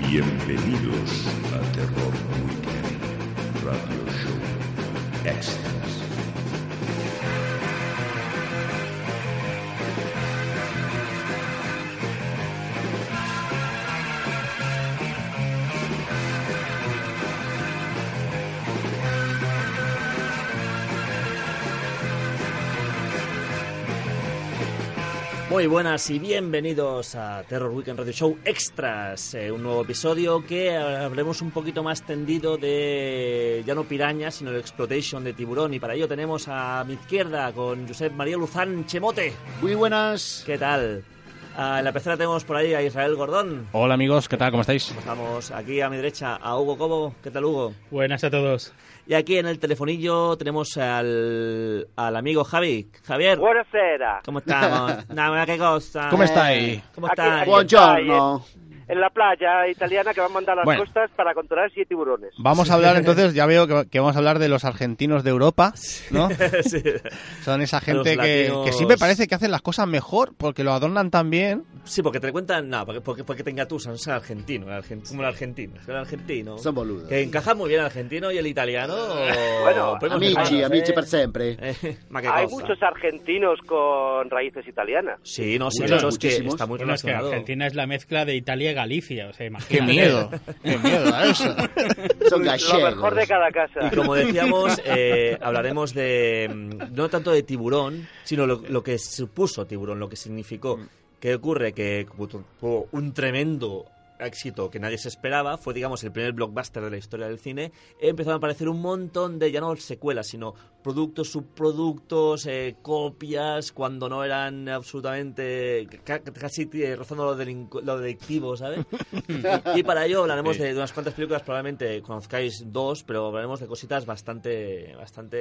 Bienvenidos a Terror Weekend Radio Show Extras. Muy buenas y bienvenidos a Terror Weekend Radio Show Extras, un nuevo episodio que hablaremos un poquito más tendido de ya no piraña, sino de exploitation de tiburón, y para ello tenemos a mi izquierda con Josep María Luzán Chemote. Muy buenas. ¿Qué tal? En la pecera tenemos por ahí a Israel Gordón. Hola amigos, ¿qué tal? ¿Cómo estáis? Estamos aquí a mi derecha a Hugo Cobo. ¿Qué tal, Hugo? Buenas a todos. Y aquí en el telefonillo tenemos al amigo Javi. Javier. Buonasera. ¿Cómo estamos? Nada, qué cosa. ¿Cómo estáis? ¿Cómo estáis? Buongiorno. En la playa italiana que van a mandar a las costas para controlar 7 tiburones. Vamos a hablar entonces, ya veo que vamos a hablar de los argentinos de Europa, ¿no? Sí. Son esa gente latinos... que siempre parece que hacen las cosas mejor porque lo adornan tan bien. Sí, porque te cuentan, no, porque tenga tú, son argentinos, como el argentino. Son boludos. Que encaja muy bien el argentino y el italiano. Bueno, amici per sempre. Hay muchos argentinos con raíces italianas. Sí, no, sí, Bueno, es que muchísimos. está muy Bueno, es que relacionado. Argentina es la mezcla de Italia y Galicia, o sea, ¡Qué imagínate. miedo! ¡Qué miedo a eso! Son Lo mejor de gallegos. cada casa. Y como decíamos, hablaremos de no tanto de tiburón, sino lo que supuso tiburón, lo que significó. ¿Qué ocurre? Que tuvo un tremendo éxito que nadie se esperaba, fue, digamos, el primer blockbuster de la historia del cine. Empezaron a aparecer un montón de, ya no secuelas, sino productos, subproductos, copias, cuando no eran absolutamente, casi rozando lo delictivo, ¿sabes? Y para ello hablaremos de unas cuantas películas, probablemente conozcáis dos, pero hablaremos de cositas bastante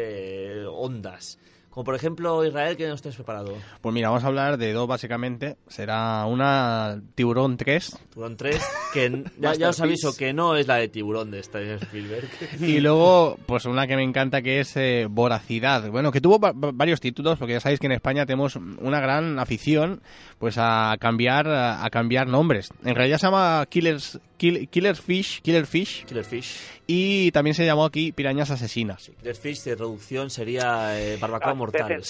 hondas. Como por ejemplo, Israel, ¿qué nos tienes preparado? Pues mira, vamos a hablar de dos básicamente. Será una Tiburón 3. Tiburón 3, que ya os aviso que no es la de Tiburón de Steven Spielberg. Y luego, pues una que me encanta, que es Voracidad. Bueno, que tuvo varios títulos, porque ya sabéis que en España tenemos una gran afición pues a cambiar nombres. En realidad se llama Killer Fish. Killer Fish. Y también se llamó aquí Pirañas Asesinas. Sí, Killer Fish de traducción sería barbacoa mortal.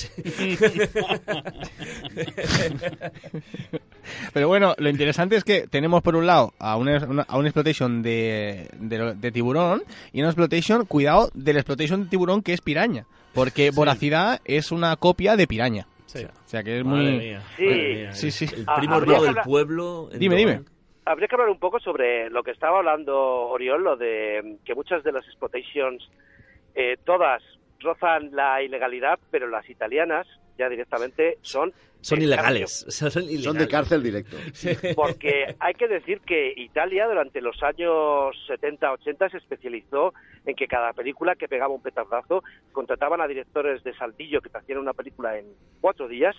Pero bueno, lo interesante es que tenemos por un lado a un exploitation de tiburón y una exploitation, cuidado, del exploitation de tiburón que es piraña. Porque Voracidad es una copia de Piraña. Sí. O sea que es Madre muy... mía, Sí. madre mía. Sí. El primo Habría hermano que del hablar- pueblo. Dime. Habría que hablar un poco sobre lo que estaba hablando Oriol, lo de que muchas de las exploitations, todas rozan la ilegalidad, pero las italianas ya directamente son Ilegales. Son ilegales. Son de cárcel directo. Porque hay que decir que Italia durante los años 70-80 se especializó en que cada película que pegaba un petardazo contrataban a directores de Saltillo que te hacían una película en 4 días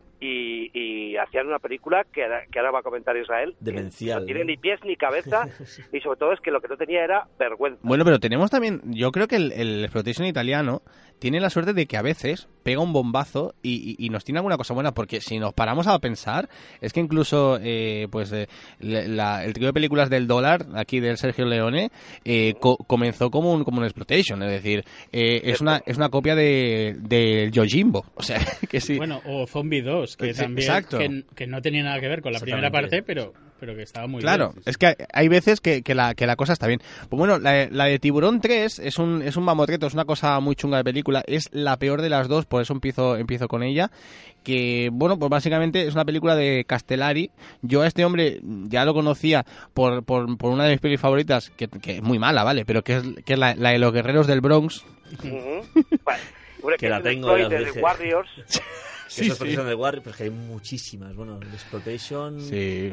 y hacían una película que ahora va a comentar Israel, Demencial, que no tiene ¿no? ni pies ni cabeza y sobre todo es que lo que no tenía era vergüenza. Bueno, pero tenemos también... Yo creo que el exploitation italiano tiene la suerte de que a veces pega un bombazo y nos tiene alguna cosa buena, porque si nos paramos a pensar, es que incluso el trío de películas del dólar, aquí del Sergio Leone, comenzó como un exploitation, es decir, es una copia de Yojimbo, o sea, que sí. Bueno, o Zombie 2, que Sí, también exacto. que no tenía nada que ver con la primera parte, pero que estaba muy Claro, bien. es que hay veces que la cosa está bien. Pues bueno, la de Tiburón 3 es un mamotreto, es una cosa muy chunga de película, es la peor de las dos, por eso empiezo con ella, que bueno, pues básicamente es una película de Castellari. Yo a este hombre ya lo conocía por una de mis pelis favoritas, que es muy mala, ¿vale? Pero que es la de los guerreros del Bronx. Ujú. Bueno, Que la es el tengo, ya os exploit de dije. Warriors. Que es exploitation de Warrior, pero es que hay muchísimas. Bueno, de Exploitation, Sí.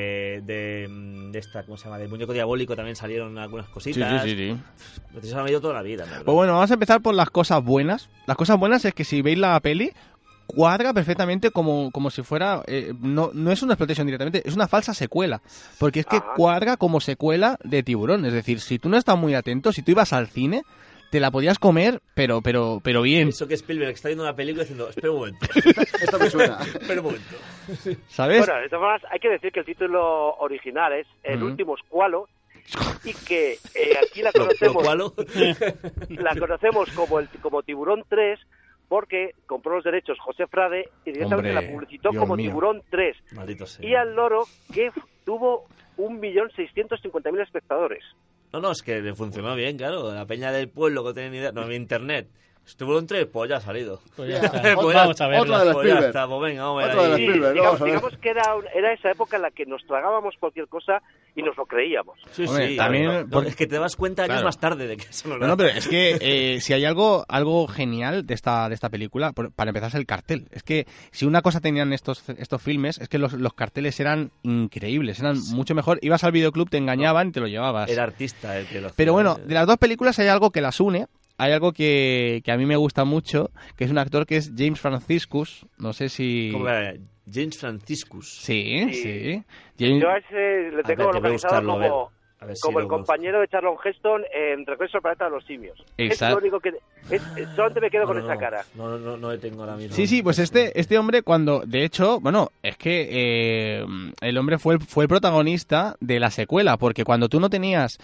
de esta, ¿cómo se llama? De Muñeco Diabólico también salieron algunas cositas. Sí. Se han ido toda la vida, ¿verdad? Pues bueno, vamos a empezar por las cosas buenas. Las cosas buenas es que si veis la peli, cuadra perfectamente como si fuera... no es una exploitation directamente, es una falsa secuela. Porque es que cuadra como secuela de Tiburón. Es decir, si tú no estás muy atento, si tú ibas al cine, te la podías comer, pero bien, Eso que Spielberg está viendo una película diciendo, espera un momento, Esto me suena. espera un momento. ¿sabes? Bueno, de todas formas, hay que decir que el título original es El último escualo y que aquí la Lo conocemos, cual, la conocemos como Tiburón 3 porque compró los derechos José Frade y directamente Hombre, la publicitó Dios como mío. Tiburón 3. maldito sea. Y al loro que tuvo 1.650.000 espectadores. No, es que le funcionó bien, claro. La peña del pueblo que tenía ni idea, no había internet. Estuvo en 3, pues ya ha salido. Pues ya está. Pues Vamos ya- a verla. otra de las Pues ya Spielberg. está, pues venga, vamos a ver Otra de las ahí. Spielberg, digamos, vamos a ver. digamos que era esa época en la que nos tragábamos cualquier cosa y nos lo creíamos. Sí, Hombre, sí. también No, porque- es que te das cuenta años Claro. más tarde de que eso no lo No, pero es que si hay algo genial de esta película, para empezar es el cartel. Es que si una cosa tenían estos filmes, es que los carteles eran increíbles, eran mucho mejor. Ibas al videoclub, te engañaban y te lo llevabas. Era artista el que lo hacía. Pero bueno, de las dos películas hay algo que las une. Hay algo que a mí me gusta mucho, que es un actor que es James Franciscus. No sé si... ¿Cómo era? James Franciscus. Sí, Sí. sí. James... Yo a ese le tengo Voy a localizado buscarlo, a ver. como, A ver si como lo el conozco. compañero de Charlton Heston en Regreso al Planeta de los Simios. Es Exacto. lo único que... solamente me quedo con No, esa no, cara. No le tengo ahora mismo. Sí, sí, pues este hombre cuando, de hecho, bueno, es que el hombre fue el protagonista de la secuela, porque cuando tú no tenías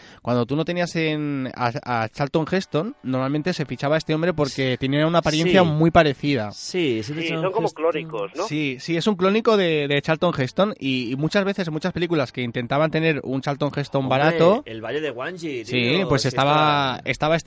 a Charlton Heston, normalmente se fichaba a este hombre porque tenía una apariencia Sí. muy parecida. Sí, Sí, son como clónicos, ¿no? Sí, sí, es un clónico de Charlton Heston y muchas veces en muchas películas que intentaban tener un Charlton Heston barato. El Valle de Wanji, Sí, tío, pues si estaba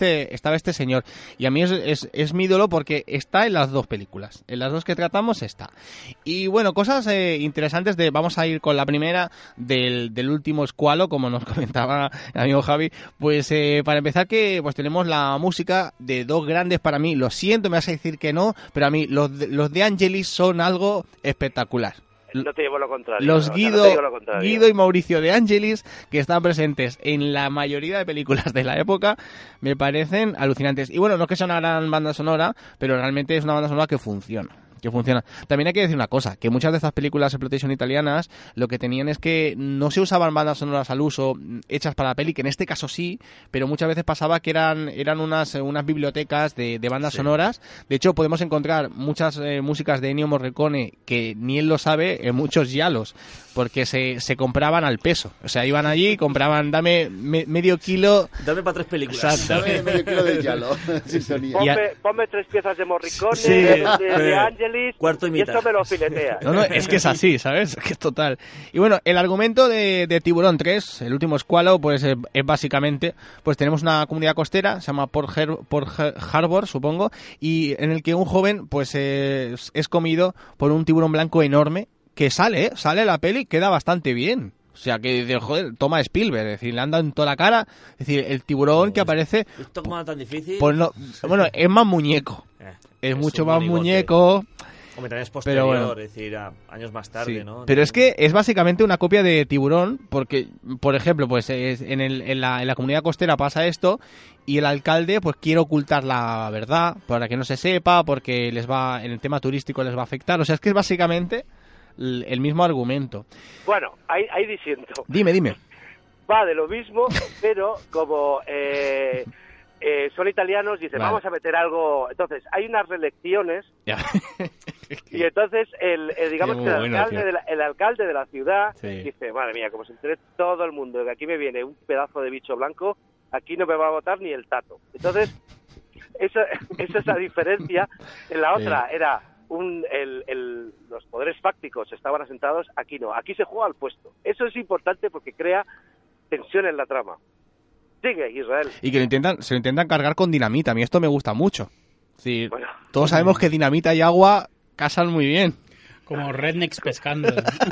este señor. Y a mí es mi ídolo porque está en las dos películas. En las dos que tratamos está. Y bueno, cosas interesantes vamos a ir con la primera del último escualo, como nos comentaba el amigo Javi. Pues para empezar que pues tenemos la música de dos grandes para mí. Lo siento, me vas a decir que no, pero a mí los de Angelis son algo espectacular. No te llevo lo contrario. Los no te Guido, digo lo contrario. Guido y Mauricio de Angelis, que están presentes en la mayoría de películas de la época, me parecen alucinantes. Y bueno, no es que sea una gran banda sonora, pero realmente es una banda sonora que funciona. También hay que decir una cosa, que muchas de estas películas de exploitation italianas lo que tenían es que no se usaban bandas sonoras al uso hechas para la peli, que en este caso sí, pero muchas veces pasaba que eran unas bibliotecas de bandas sonoras. De hecho, podemos encontrar muchas músicas de Ennio Morricone que ni él lo sabe en muchos yalos, porque se compraban al peso. O sea, iban allí, compraban, dame medio kilo. Dame para 3 películas. Exacto. Dame medio kilo de hielo. Sintonía. Ponme 3 piezas de Morricone, Sí, de Angelis, cuarto y mitad. eso me lo filetea. No, es que es así, ¿sabes? Que es total. Y bueno, el argumento de Tiburón 3, el último escualo, pues es básicamente, pues tenemos una comunidad costera, se llama Port Harbor, supongo, y en el que un joven, pues es comido por un tiburón blanco enorme, que sale la peli, queda bastante bien. O sea, que dice, joder, toma Spielberg, es decir, le anda en toda la cara, es decir, el tiburón que aparece, ¿Esto como tan difícil? pues no, bueno, es más muñeco, es mucho un más monigote. muñeco. Hombre, también es posterior, Pero bueno. es decir, años más tarde, Sí, ¿no? pero es que es básicamente una copia de Tiburón, porque, por ejemplo, pues en la comunidad costera pasa esto y el alcalde pues quiere ocultar la verdad para que no se sepa, porque en el tema turístico les va a afectar. O sea, es que es básicamente el mismo argumento. Bueno, ahí disiento. Dime. Va de lo mismo, pero como son italianos, dicen, Vale. vamos a meter algo. Entonces, hay unas reelecciones Ya. y entonces digamos Qué que bueno, tío. el alcalde de la ciudad Sí. dice, madre mía, como se entere todo el mundo de que aquí me viene un pedazo de bicho blanco, aquí no me va a votar ni el tato. Entonces, esa es la diferencia. En la otra era los poderes fácticos estaban asentados, aquí no. Aquí se juega al puesto. Eso es importante porque crea tensión en la trama. Sigue, Israel. Y que se lo intentan cargar con dinamita. A mí esto me gusta mucho. Es decir, Bueno. todos sabemos que dinamita y agua casan muy bien. Como rednecks pescando.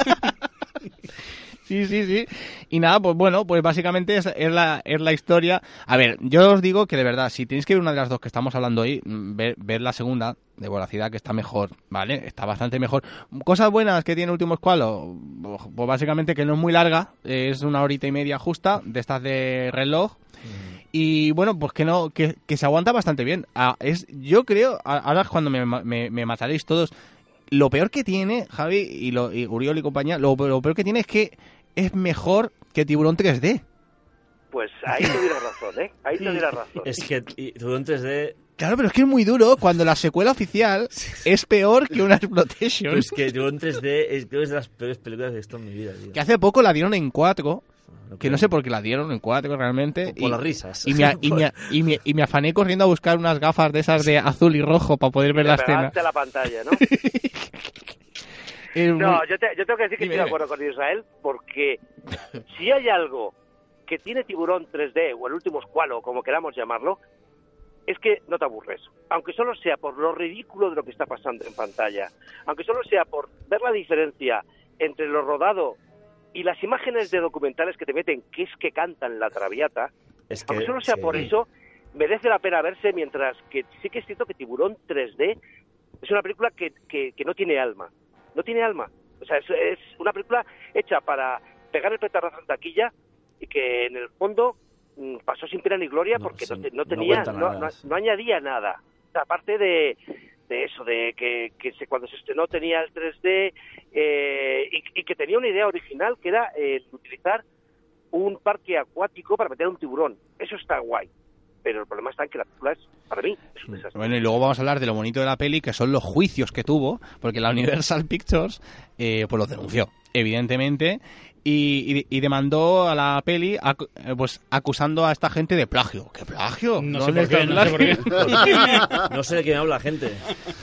Sí. Y nada, pues bueno, pues básicamente es la historia. A ver, yo os digo que de verdad, si tenéis que ver una de las dos que estamos hablando hoy, ver la segunda de Voracidad, que está mejor, ¿vale? Está bastante mejor. Cosas buenas que tiene Último Escualo, pues básicamente que no es muy larga, es 1 horita y media justa, de estas de reloj. Y bueno, pues que se aguanta bastante bien. Yo creo, ahora es cuando me mataréis todos. Lo peor que tiene, Javi y Uriol y compañía, lo peor que tiene es que es mejor que Tiburón 3D. Pues ahí te dirás razón, ¿eh? Ahí te dirás razón. Es que Tiburón 3D... Claro, pero es que es muy duro cuando la secuela oficial es peor que una Exploitation. Pues que Tiburón 3D creo que es de las peores películas que he visto en mi vida, tío. Que hace poco la dieron en 4, que no sé por qué la dieron en 4 realmente. Por las risas. Y me afané corriendo a buscar unas gafas de esas de azul y rojo para poder ver la escena. La pantalla, ¿no? No, yo tengo que decir que estoy de acuerdo con Israel, porque si hay algo que tiene Tiburón 3D, o el último Squalo, como queramos llamarlo, es que no te aburres. Aunque solo sea por lo ridículo de lo que está pasando en pantalla, aunque solo sea por ver la diferencia entre lo rodado y las imágenes de documentales que te meten, que es que cantan la Traviata, aunque solo sea por eso, merece la pena verse, mientras que sí que es cierto que Tiburón 3D es una película que no tiene alma. No tiene alma. O sea, es una película hecha para pegar el petardazo en taquilla y que en el fondo pasó sin pena ni gloria porque no añadía nada. O sea, aparte de eso, de que cuando se estrenó tenía el 3D y que tenía una idea original que era utilizar un parque acuático para meter un tiburón. Eso está guay. Pero el problema está en que la película es, para mí, es un desastre. Bueno, y luego vamos a hablar de lo bonito de la peli, que son los juicios que tuvo, porque la Universal Pictures pues los denunció, evidentemente, y demandó a la peli pues acusando a esta gente de plagio. ¿Qué plagio? No sé por qué. No sé de qué me habla la gente.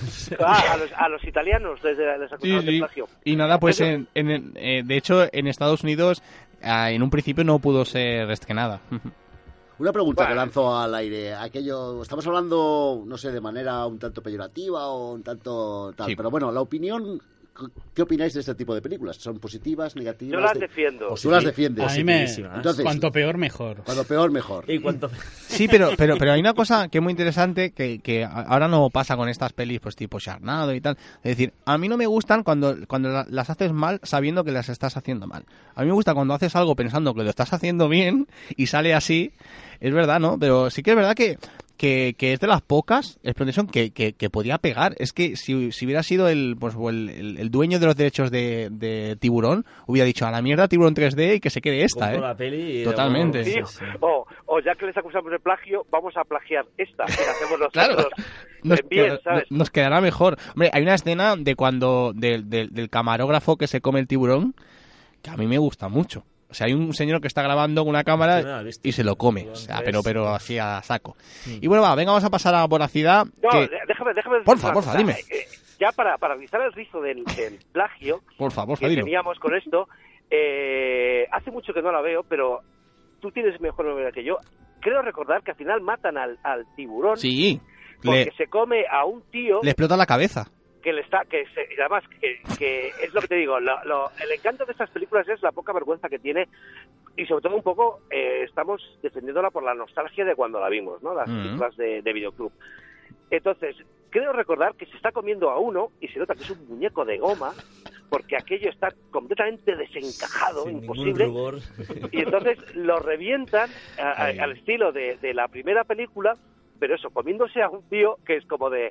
A los italianos les acusaron de plagio. Y nada, pues de hecho en Estados Unidos en un principio no pudo ser estrenada. Una pregunta que lanzo al aire. Estamos hablando, no sé, de manera un tanto peyorativa o un tanto tal, pero bueno, la opinión, ¿qué opináis de este tipo de películas? ¿Son positivas, negativas? Yo las defiendo. Tú las defiendes. A mí entonces, cuanto peor, mejor. Cuanto peor, mejor. Sí, pero hay una cosa que es muy interesante que ahora no pasa con estas pelis pues tipo Sharknado y tal. Es decir, a mí no me gustan cuando las haces mal sabiendo que las estás haciendo mal. A mí me gusta cuando haces algo pensando que lo estás haciendo bien y sale así. Es verdad, ¿no? Pero sí que es verdad que es de las pocas Exploitation que podía pegar. Es que si hubiera sido el dueño de los derechos de Tiburón, hubiera dicho a la mierda Tiburón 3D y que se quede esta, la peli y totalmente. Sí. O ya que les acusamos de plagio, vamos a plagiar esta, que la hacemos nosotros. Claro, nos quedará mejor. Hombre, hay una escena de cuando del camarógrafo que se come el tiburón que a mí me gusta mucho. O sea, hay un señor que está grabando con una cámara y se lo come. O sea, pero así a saco. Y bueno, vamos a pasar a Voracidad. No, déjame Porfa, dime. Ya para rizar el rizo del plagio que teníamos con esto, hace mucho que no la veo, pero tú tienes mejor memoria que yo. Creo recordar que al final matan al tiburón. Sí. Porque se come a un tío. Le explota la cabeza. Además que es lo que te digo, el encanto de estas películas es la poca vergüenza que tiene y sobre todo un poco estamos defendiéndola por la nostalgia de cuando la vimos, ¿no? Las películas de videoclub. Entonces, creo recordar que se está comiendo a uno y se nota que es un muñeco de goma porque aquello está completamente desencajado, sin imposible, y entonces lo revientan al estilo de la primera película, pero eso, comiéndose a un tío que es como de...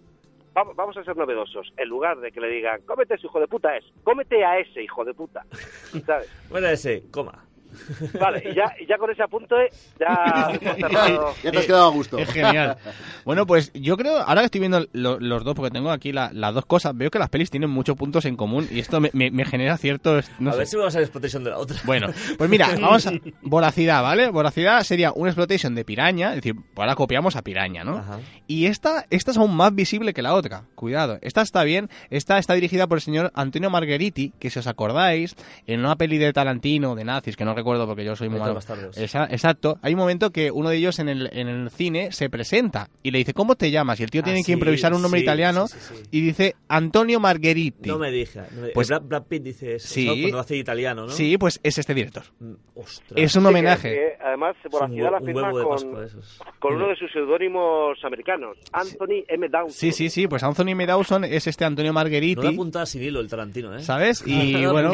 Vamos a ser novedosos. En lugar de que le digan, cómete ese hijo de puta, cómete a ese hijo de puta. ¿Sabes? Bueno, ese, coma. Vale, y ya con ese apunte ya hemos cerrado. Ya te has quedado a gusto. Es genial. Bueno, pues yo creo, ahora que estoy viendo los dos, porque tengo aquí las dos cosas, veo que las pelis tienen muchos puntos en común y esto me genera cierto... No a sé. ver si vamos a ver Exploitation de la otra. Bueno, pues mira, vamos a... Voracidad, ¿vale? Voracidad sería un Exploitation de Piraña, es decir, ahora copiamos a Piraña, ¿no? Ajá. Y esta es aún más visible que la otra. Cuidado, esta está bien. Esta está dirigida por el señor Antonio Margheriti, que si os acordáis, en una peli de Tarantino, de nazis, que no recuerdo porque yo soy muy malo. Exacto. Hay un momento que uno de ellos en el cine se presenta y le dice, ¿cómo te llamas? Y el tío tiene que improvisar un nombre italiano y dice Antonio Margheriti. No me dije. Pues Brad Pitt dice eso, ¿no? Cuando hace italiano, ¿no? Sí, pues es este director. Ostras. Es un homenaje. Además, Voracidad la firma con uno de sus seudónimos americanos, Anthony M. Dawson. Sí, pues Anthony M. Dawson es este Antonio Margheriti. No lo apuntaba sin hilo el Tarantino, ¿eh? ¿Sabes? Y bueno,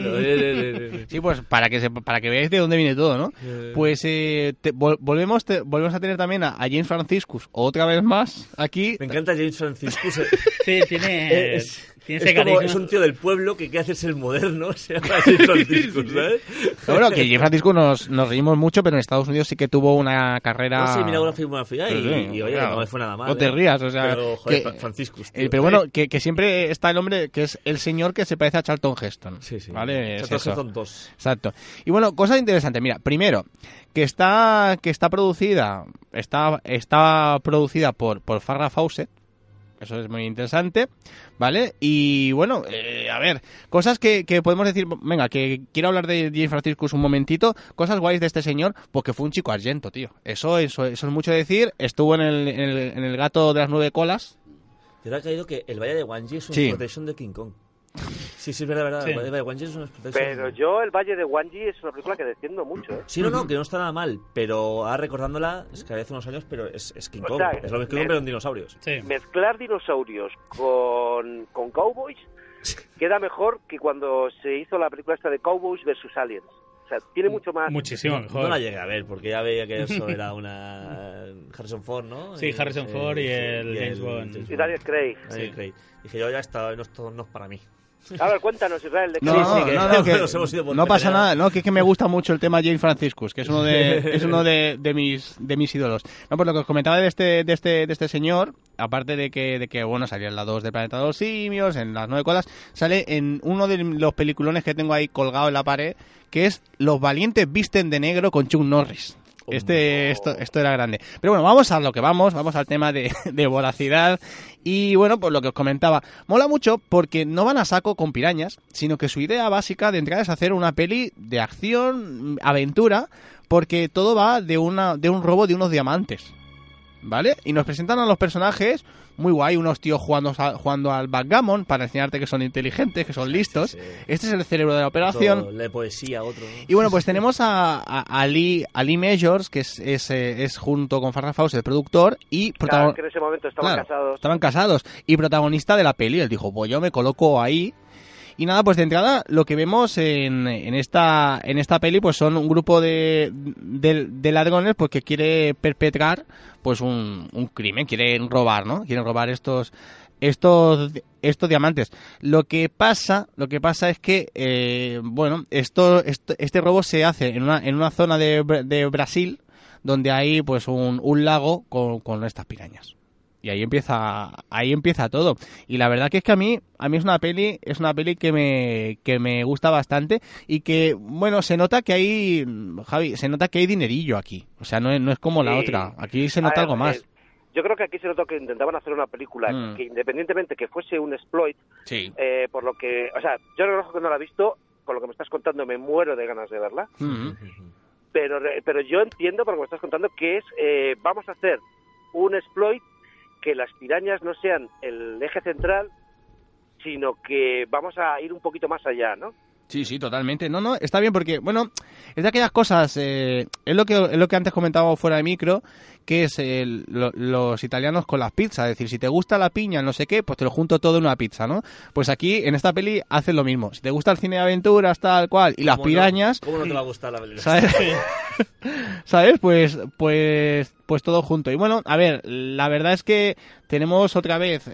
sí, pues para que veáis de dónde viene todo, ¿no? Pues volvemos a tener también a James Franciscus otra vez más aquí. Me encanta James Franciscus. Sí, tiene... Tiene ese carisma. Es un tío del pueblo que quiere hacerse el moderno, se llama Jay Francisco, ¿sabes? Pero bueno, que Jay Francisco nos reímos mucho, pero en Estados Unidos sí que tuvo una carrera... No, sí, mira una filmografía y oye, claro, no me fue nada mal. No te rías, o sea... Pero, joder, que, Franciscus, pero bueno, que siempre está el hombre que es el señor que se parece a Charlton Heston. Sí, sí. ¿Vale? Charlton Es eso. Heston 2. Exacto. Y bueno, cosas interesantes. Mira, primero, que está producida por Farrah Fawcett. Eso es muy interesante, ¿vale? Y bueno, a ver, cosas que podemos decir... Venga, que quiero hablar de Jay Franciscus un momentito. Cosas guays de este señor, porque fue un chico argento, tío. Eso es mucho decir. Estuvo en el Gato de las 9 colas. Te ha caído que el Valle de Wanji es una Sí. explotación de King Kong. Sí, es verdad. Sí. El Valle de Wanji es una explotación. Pero yo, El Valle de Wanji es una película que defiendo mucho, ¿eh? Sí, no, que no está nada mal, pero ahora recordándola, es que hace unos años, pero es King O Kong. sea, Es lo mismo King Kong, pero en dinosaurios. Sí. Mezclar dinosaurios con cowboys queda mejor que cuando se hizo la película esta de Cowboys versus Aliens. O sea, tiene mucho más... Muchísimo mejor. No la llegué a ver, porque ya veía que eso era una... Harrison Ford, ¿no? Sí, Harrison Ford y el James Bond. Y Daniel Craig. Daniel Craig. Dije yo, ya está, esto no es para mí. A ver, cuéntanos, Israel, de qué... No, que nos hemos ido por no pasa pelear. nada, no, que es que me gusta mucho el tema Jay Franciscus, que es uno de mis ídolos. No, pues lo que os comentaba de este señor, aparte de que bueno, salía en la 2 de Planeta de los Simios, en las 9 colas, sale en uno de los peliculones que tengo ahí colgado en la pared, que es Los valientes visten de negro con Chuck Norris. Esto era grande. Pero bueno, vamos a lo que vamos al tema de voracidad. Y bueno, pues lo que os comentaba, mola mucho porque no van a saco con pirañas, sino que su idea básica de entrada es hacer una peli de acción, aventura, porque todo va de un robo de unos diamantes, ¿vale? Y nos presentan a los personajes muy guay, unos tíos jugando al backgammon para enseñarte que son inteligentes, que son listos. Sí. Este es el cerebro de la operación. Otro, la poesía, otro, ¿no? Y bueno, pues tenemos a Lee Majors, que es junto con Farrah Fawcett el productor y Claro, que en ese momento estaban casados. Estaban casados y protagonista de la peli. Él dijo, pues yo me coloco ahí. Y nada, pues de entrada lo que vemos en esta peli pues son un grupo de ladrones pues que quiere perpetrar pues un crimen, quieren robar, ¿no? Quieren robar estos diamantes. Lo que pasa es que bueno, este robo se hace en una zona de Brasil donde hay pues un lago con estas pirañas. Y ahí empieza todo. Y la verdad que es que a mí es una peli que me gusta bastante y que, bueno, se nota que hay, Javi, dinerillo aquí. O sea, no es como la otra. Aquí se nota algo más. Yo creo que aquí se notó que intentaban hacer una película que independientemente que fuese un exploit, Sí. por lo que, o sea, yo reconozco que no la he visto, con lo que me estás contando me muero de ganas de verla, pero yo entiendo por lo que me estás contando que es, vamos a hacer un exploit que las pirañas no sean el eje central, sino que vamos a ir un poquito más allá, ¿no? Sí, totalmente. No, está bien porque, bueno, es de aquellas cosas, es lo que antes comentábamos fuera de micro, que es los italianos con las pizzas. Es decir, si te gusta la piña, no sé qué, pues te lo junto todo en una pizza, ¿no? Pues aquí, en esta peli, hacen lo mismo. Si te gusta el cine de aventuras, tal cual, y las pirañas... ¿Cómo no te va a gustar la película? ¿Sabes? Pues todo junto. Y bueno, a ver, la verdad es que tenemos otra vez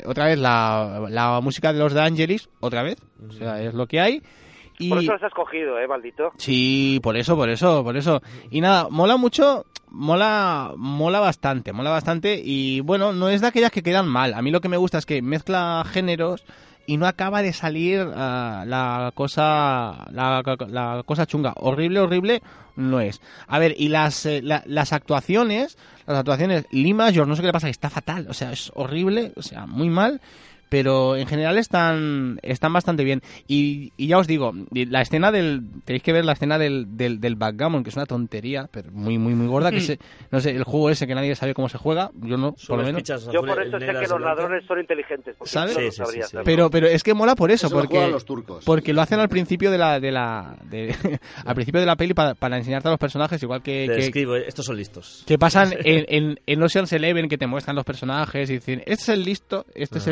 la música de los De Angelis, otra vez. O sea, es lo que hay. Y... Por eso los has cogido, maldito. Sí, por eso. Y nada, mola mucho, mola bastante y bueno, no es de aquellas que quedan mal. A mí lo que me gusta es que mezcla géneros y no acaba de salir la cosa chunga. Horrible no es. A ver, y las actuaciones, Lee Majors, no sé qué le pasa, que está fatal, o sea, es horrible, o sea, muy mal. Pero en general están bastante bien. Y ya os digo, tenéis que ver la escena del backgammon, que es una tontería, pero muy gorda, que no sé, el juego ese que nadie sabe cómo se juega, yo no, por lo menos. Yo por eso sé que los ladrones son inteligentes, porque ¿sabes? no lo sabría hacer. Pero es que mola por eso lo juegan los turcos. porque lo hacen al principio al principio de la peli para enseñarte a los personajes, igual Te que escribo, estos son listos. que pasan en Ocean's Eleven, que te muestran los personajes y dicen, este es el listo, este es el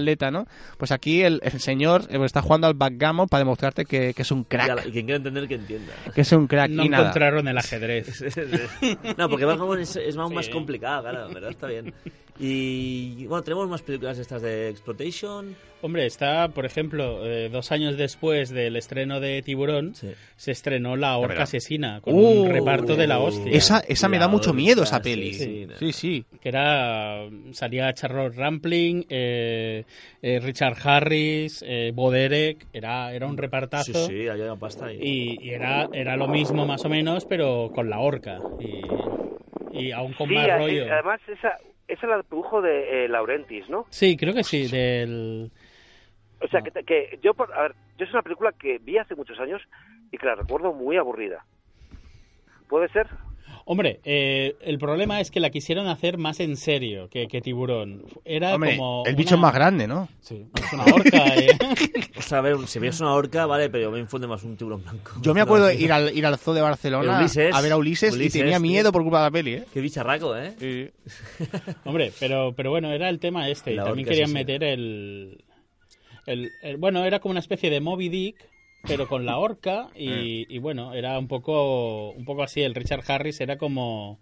atleta, ¿no? Pues aquí el señor está jugando al backgammon para demostrarte que es un crack. Y quien quiera entender, que entienda. Que es un crack No y nada. encontraron el ajedrez. No, porque backgammon es aún más Sí. complicado, claro, ¿verdad? Está bien. Y bueno, tenemos más películas estas de Exploitation. Hombre, está, por ejemplo, 2 años después del estreno de Tiburón, Sí. se estrenó La Orca Asesina, con Uh, un reparto de la hostia. Esa me da mucho miedo, esa Sí, peli. sí, Sí, sí. Que salía Charlotte Rampling, Richard Harris, Bo Derek, era un repartazo. Sí, había pasta ahí. Y era lo mismo más o menos, pero con la orca. Y aún con más rollo. Además, esa la produjo de Laurentiis, ¿no? Sí, creo que sí, del... O sea, que yo, a ver, yo es una película que vi hace muchos años y que la recuerdo muy aburrida. ¿Puede ser? Hombre, el problema es que la quisieron hacer más en serio que Tiburón. Era Hombre, como el bicho es más grande, ¿no? Sí, es una orca. O sea, a ver, si ves una orca, vale, pero yo me infunde más un tiburón blanco. Yo me acuerdo ir al zoo de Barcelona Ulises. a ver a Ulises y Ulises, tenía tío. miedo por culpa de la peli, ¿eh? Qué bicharraco, ¿eh? Hombre, pero bueno, era el tema este. Y La también orca querían asesina. meter bueno, era como una especie de Moby Dick, pero con la orca. Y bueno, era un poco así. El Richard Harris era como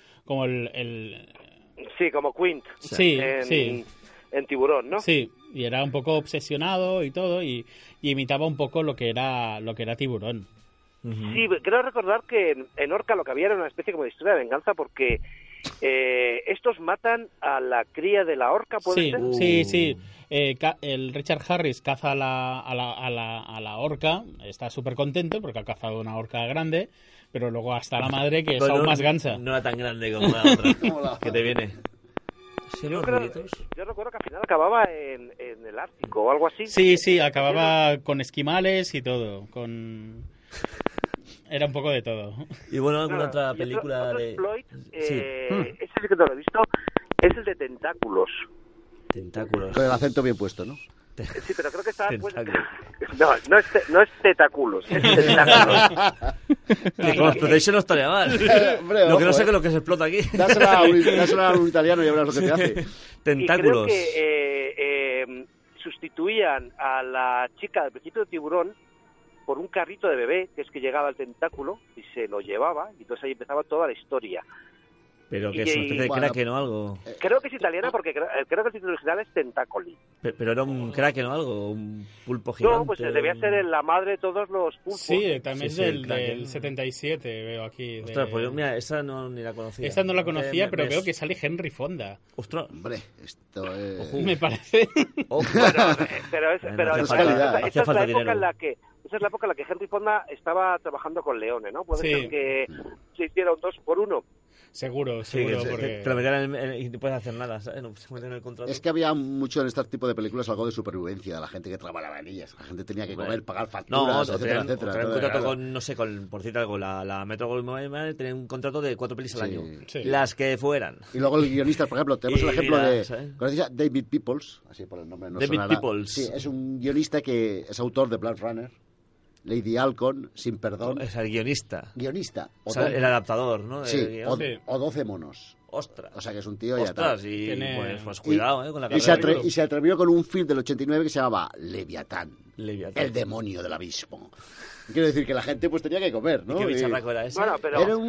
el Sí, como Quint. Sí, en, sí. En Tiburón, ¿no? Sí, y era un poco obsesionado y todo, y imitaba un poco lo que era Tiburón. Sí, creo recordar que en Orca lo que había era una especie como de historia de venganza porque estos matan a la cría de la orca, ¿puede ser? Sí. El Richard Harris caza a la orca, está súper contento porque ha cazado una orca grande, pero luego hasta la madre que es aún más gansa. No era tan grande como la otra. Que te viene. ¿Sí, Yo los recuerdo que al final acababa en el Ártico o algo así. Sí, acababa con esquimales y todo, Era un poco de todo. Y bueno, alguna otra y película otro de... exploit, Sí. ese sí que no lo he visto, es el de Tentáculos. Tentáculos. Con el acento bien puesto, ¿no? Sí, pero creo que está... Pues, Tentáculos. no es Tetaculos, es Tentáculos. Que con Exploitation no estaría mal. Hombre, Lo que no ojo, sé que es lo que se explota aquí. Dásela a un italiano y verás lo que te hace. Y creo Tentáculos. que sustituían a la chica del principio de Tiburón por un carrito de bebé, que es que llegaba al tentáculo y se lo llevaba, y entonces ahí empezaba toda la historia. Pero que es una especie de bueno, kraken o algo. Creo que es italiana porque creo que el título original es Tentacoli. Pero era un kraken o algo, un pulpo gigante. No, pues debía ser la madre de todos los pulpos. Sí, también Sí, es el Kraken. del 77, veo aquí. Ostras, pues yo, mira, esa no ni la conocía. Esta no la conocía, pero Me- veo que sale Henry Fonda. Ostras. Hombre, esto es... Me parece. Ojo. Pero Hacía esa falta- es hacía la falta época dinero. en la que Henry Fonda estaba trabajando con Leone, ¿no? Puede Sí. ser que se hiciera un 2x1. Seguro, Sí, que porque... te lo metían y no puedes hacer nada, ¿sabes? No se meten en el contrato. Es que había mucho en este tipo de películas algo de supervivencia de la gente que trabajaba en ellas. La gente tenía que comer, pagar No, facturas, o etcétera, tenían etcétera. un Entonces, contrato claro. con, no sé, por decir algo, la Metro Goldwyn Mayer tenía un contrato de 4 pelis al Sí. año. Sí. Las que fueran. Y luego el guionista, por ejemplo, tenemos Y el ejemplo mira, de... ¿sabes? ¿Conocéis a David Peoples? Así por el nombre no David sonará. Peoples. Sí, es un guionista que es autor de Blade Runner, Lady Halcon, Sin Perdón, Es el guionista. guionista. O sea, el adaptador, ¿no? Sí, El guión. Sí. o 12 monos. Ostras. O sea que es un tío ya tal. Ostras, y Tiene- pues cuidado, con la Y se, carrera. y se atrevió con un film del 89 que se llamaba Leviatán, Leviatán. el demonio del abismo. Quiero decir que la gente pues tenía que comer, ¿no? ¿Y qué Y- bicharraco era ese? Bueno, pero... Era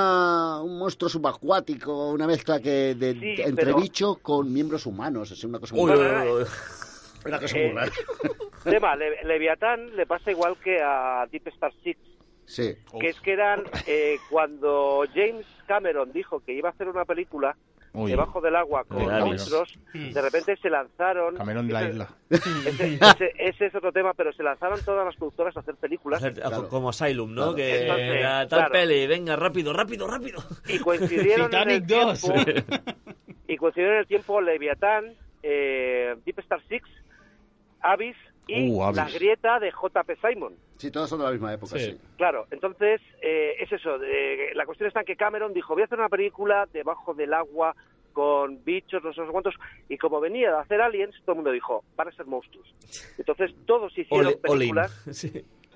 un monstruo subacuático, una mezcla Sí, entre pero- bicho con miembros humanos. Es una cosa muy Uy, rara. uy, uy. Una cosa muy rara. Tema, Leviatán le pasa igual que a Deep Star Six, Sí. que es que eran cuando James Cameron dijo que iba a hacer una película Uy. debajo del agua con Cameron. monstruos, de repente se lanzaron... Cameron de la isla. Ese es otro tema, pero se lanzaron todas las productoras a hacer películas Claro. Como Asylum, ¿no? Claro. Que Entonces, era tal claro. peli, venga, rápido, rápido, rápido. y coincidieron en el Titanic 2. tiempo, y coincidieron en el tiempo Leviatán, Deep Star Six, Abyss y Abyss. La Grieta de J.P. Simon. Sí, todas son de la misma época, Sí. sí. Claro, entonces es eso. La cuestión está en que Cameron dijo, voy a hacer una película debajo del agua con bichos, no sé cuántos, y como venía de hacer Aliens, todo el mundo dijo, van a ser monstruos. Entonces todos hicieron películas, Sí.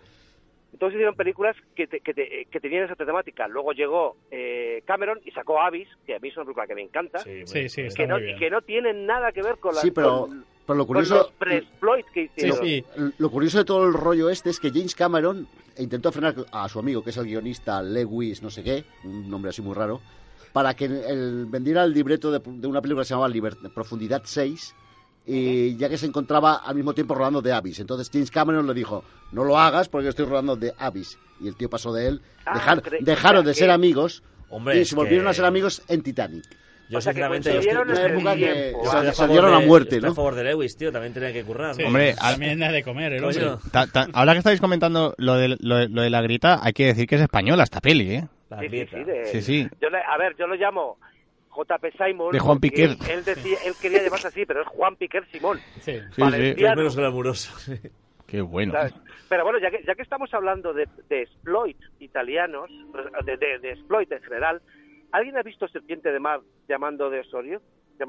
todos hicieron películas que tenían esa temática. Luego llegó Cameron y sacó Abyss, que a mí es una película que me encanta, Sí, que está no, muy bien. que no tienen nada que ver con la... Sí, pero Pero lo Con curioso, los pre-exploit que hicieron. Sí. lo curioso de todo el rollo este es que James Cameron intentó frenar a su amigo, que es el guionista Lewis, no sé qué, un nombre así muy raro, para que él vendiera el libreto de una película que se llamaba Profundidad 6, y ya que se encontraba al mismo tiempo rodando The Abyss. Entonces James Cameron le dijo, no lo hagas porque estoy rodando The Abyss. Y el tío pasó de él, dejaron de ser amigos, Hombre, y es se volvieron que- a ser amigos en Titanic. Yo, O sea, que sinceramente, yo coincidieron estoy, Una en el época que tiempo, se ¿vale? estoy a favor salieron a de- muerte, estoy ¿no? a favor de Lewis, tío, también tenía que currar, Sí, ¿no? Hombre, también da de comer el hombre. Coño, Ahora que estáis comentando lo de la grita, hay que decir que es española esta peli, ¿eh? la Sí, sí, grieta. sí, Sí. yo lo llamo JP Simon. De Juan porque Piquer. Él quería llamarse así, pero es Juan Piquer Simón. Sí. Sí, Valenciano. Es menos glamuroso. Qué bueno. ¿Sabes? Pero bueno, ya que estamos hablando de exploit italianos, de exploit en general, ¿alguien ha visto Serpiente de Mar llamando Osorio?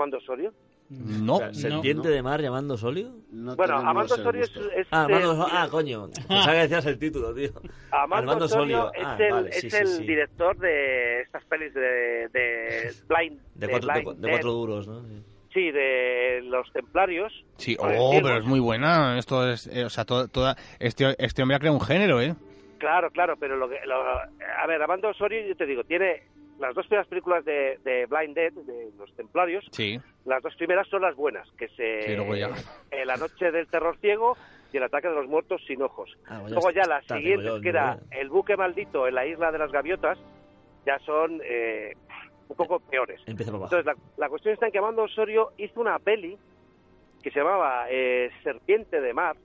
No. O sea, ¿serpiente no. de mar llamando Solio? No Bueno, tenemos Armando el Osorio gusto. Coño. Pensaba que decías el título, tío. Armando Osorio Ah, es el, vale, sí, es sí, el sí. director de estas pelis de Blind. De Blind cuatro Dead. duros, ¿no? Sí. Sí, de los Templarios. Sí, Por decirlo. pero es muy buena. Esto es, o sea, este hombre ha creado un género, ¿eh? Claro, pero a ver, Armando Osorio, yo te digo, tiene las dos primeras películas de Blind Dead, de los Templarios. Sí. Las dos primeras son las buenas, que Sí, luego ya. La noche del terror ciego y el ataque de los muertos sin ojos. Ah, pues Luego ya las está, siguientes, tengo yo, que era tengo El buque maldito en la isla de las gaviotas, ya son un poco peores. Empieza por abajo. Entonces, la cuestión está en que Armando Osorio hizo una peli que se llamaba Serpiente de Mar,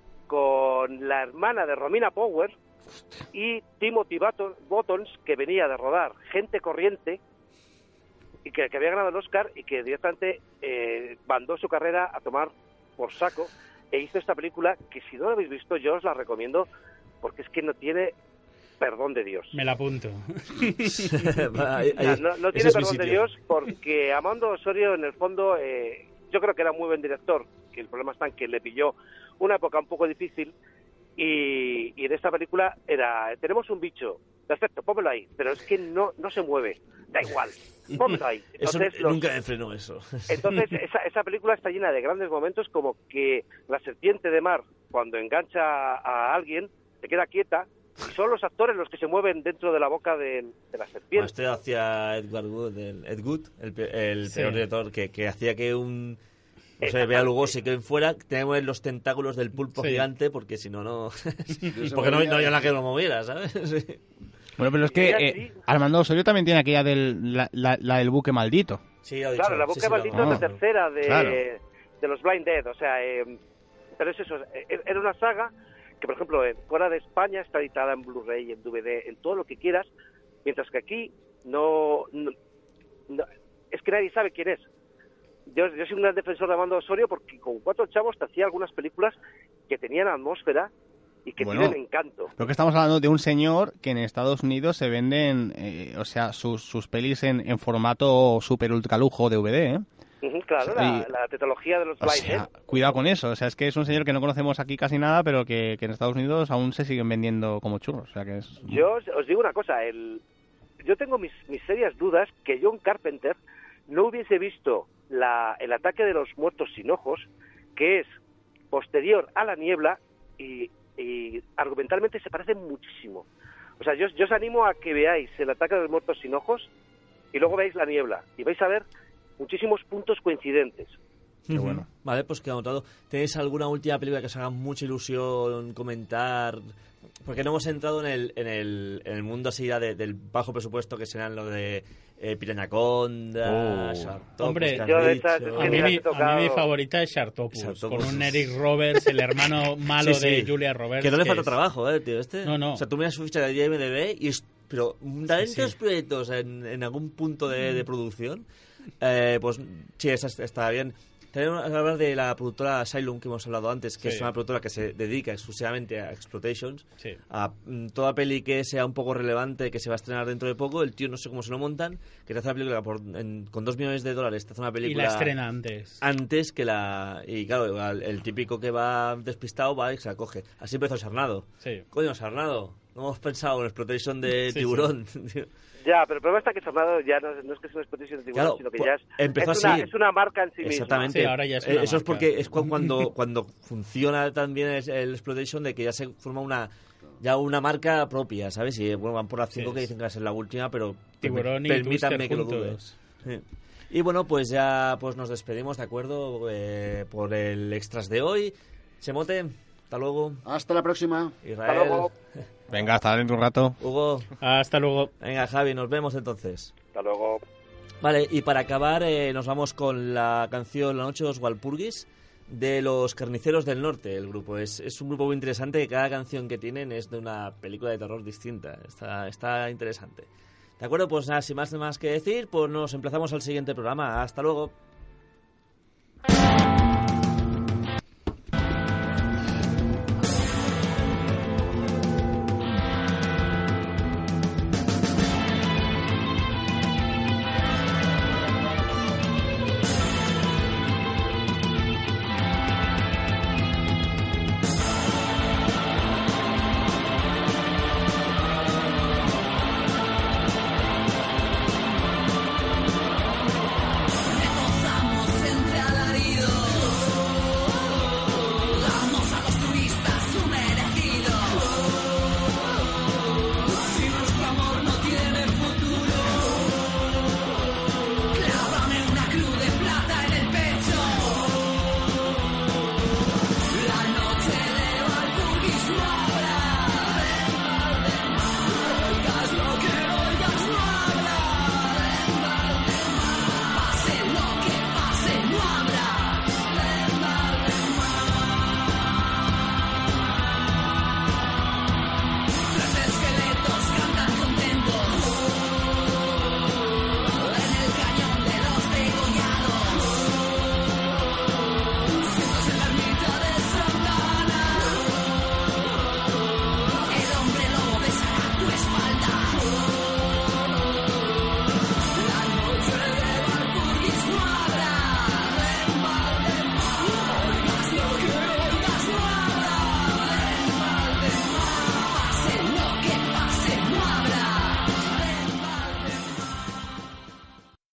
con la hermana de Romina Power y Timothy Buttons, que venía de rodar Gente Corriente, y que había ganado el Oscar, y que directamente mandó su carrera a tomar por saco, e hizo esta película que, si no la habéis visto, yo os la recomiendo, porque es que no tiene perdón de Dios. Me la apunto. No tiene perdón de Dios, porque Armando Osorio, en el fondo, yo creo que era muy buen director, que el problema está en que le pilló una época un poco difícil, y en esta película tenemos un bicho, perfecto, pónmelo ahí, pero es que no se mueve, da igual, pónmelo ahí. Entonces, Nunca me frenó eso. entonces esa película está llena de grandes momentos, como que la serpiente de mar, cuando engancha a alguien, se queda quieta, y son los actores los que se mueven dentro de la boca de la serpiente. Bueno, esto hacía Ed Wood, el Sí. peor director, que hacía que no sé, vea Lugosi que fuera, tenemos los tentáculos del pulpo Sí. gigante, porque si no... se porque no movía. había la que lo moviera, ¿sabes? Sí. Bueno, pero es Y que así- Armando Osorio también tiene aquella la del buque maldito. Sí, lo he dicho. Claro, la Sí, boca sí, maldita lo- es la tercera Claro. de los Blind Dead, o sea, pero es eso, era una saga que, por ejemplo, fuera de España está editada en Blu-ray, en DVD, en todo lo que quieras, mientras que aquí no es que nadie sabe quién es. Yo soy un gran defensor de Armando Osorio, porque con 4 chavos te hacía algunas películas que tenían atmósfera y que Bueno. tienen encanto. Lo que estamos hablando de un señor que en Estados Unidos se venden, o sea, sus pelis en formato super ultra lujo DVD, ¿eh? Ujú, claro, Y- la tetralogía de los O Blind Dead. sea, cuidado con eso. O sea, es que es un señor que no conocemos aquí casi nada, pero que en Estados Unidos aún se siguen vendiendo como churros. O sea, que es... Yo os digo una cosa, yo tengo mis serias dudas que John Carpenter no hubiese visto el ataque de los muertos sin ojos, que es posterior a La niebla, y argumentalmente se parecen muchísimo. O sea, yo os animo a que veáis el ataque de los muertos sin ojos y luego veáis La niebla, y vais a ver muchísimos puntos coincidentes. Qué bueno. Vale, pues queda anotado. ¿Tenéis alguna última película que os haga mucha ilusión comentar? Porque no hemos entrado en el mundo así ya del bajo presupuesto, que serán lo de Pirañaconda, Sharktopus, Hombre, que has yo de dicho. estas- es que A mí, las he mi tocado. favorita es Sharktopus, Sharktopus. con un Eric Roberts, el hermano malo Sí, sí. de Julia Roberts. Que no le que falta es- trabajo, tío, este. No. O sea, tú miras su ficha de IMDb y pero talentos sí. proyectos en algún punto de producción, pues sí, esa está bien. Tenemos que hablar de la productora Asylum, que hemos hablado antes, que Sí. es una productora que se dedica exclusivamente a exploitations, Sí. a toda peli que sea un poco relevante, que se va a estrenar dentro de poco. El tío no sé cómo se lo montan, que te hace una película con $2 millones, te hace una Y película la estrena antes. que la... Y claro, el típico que va despistado va y se la coge. Así empezó Sarnado. Sí. Coño, Sarnado, No hemos pensado en exploitation de Sí, tiburón. Ya, pero el problema está que Tornado ya no es que sea una explotación de tiburón, Claro, sino que pues, ya empezó es así. una marca en sí misma. Exactamente. Sí, ahora ya es una Eso es marca. porque es cuando funciona también el exploitation de que ya se forma una marca propia, ¿sabes? Y bueno, van por las 5 Sí, que dicen que va a ser la última, pero Tiburón y permítanme Twister que lo juntos. dude. Sí. Y bueno, pues ya pues nos despedimos, ¿de acuerdo? Por el extras de hoy. Chemote, hasta luego. Hasta la próxima. Hasta Israel, luego. Venga, hasta dentro de un rato. Hugo, Hasta luego. venga Javi, nos vemos entonces. Hasta luego. Vale, y para acabar nos vamos con la canción La noche de los Walpurgis de los Carniceros del Norte, el grupo. Es un grupo muy interesante, que cada canción que tienen es de una película de terror distinta. Está interesante. De acuerdo, pues nada, sin más que decir, pues nos emplazamos al siguiente programa. Hasta luego.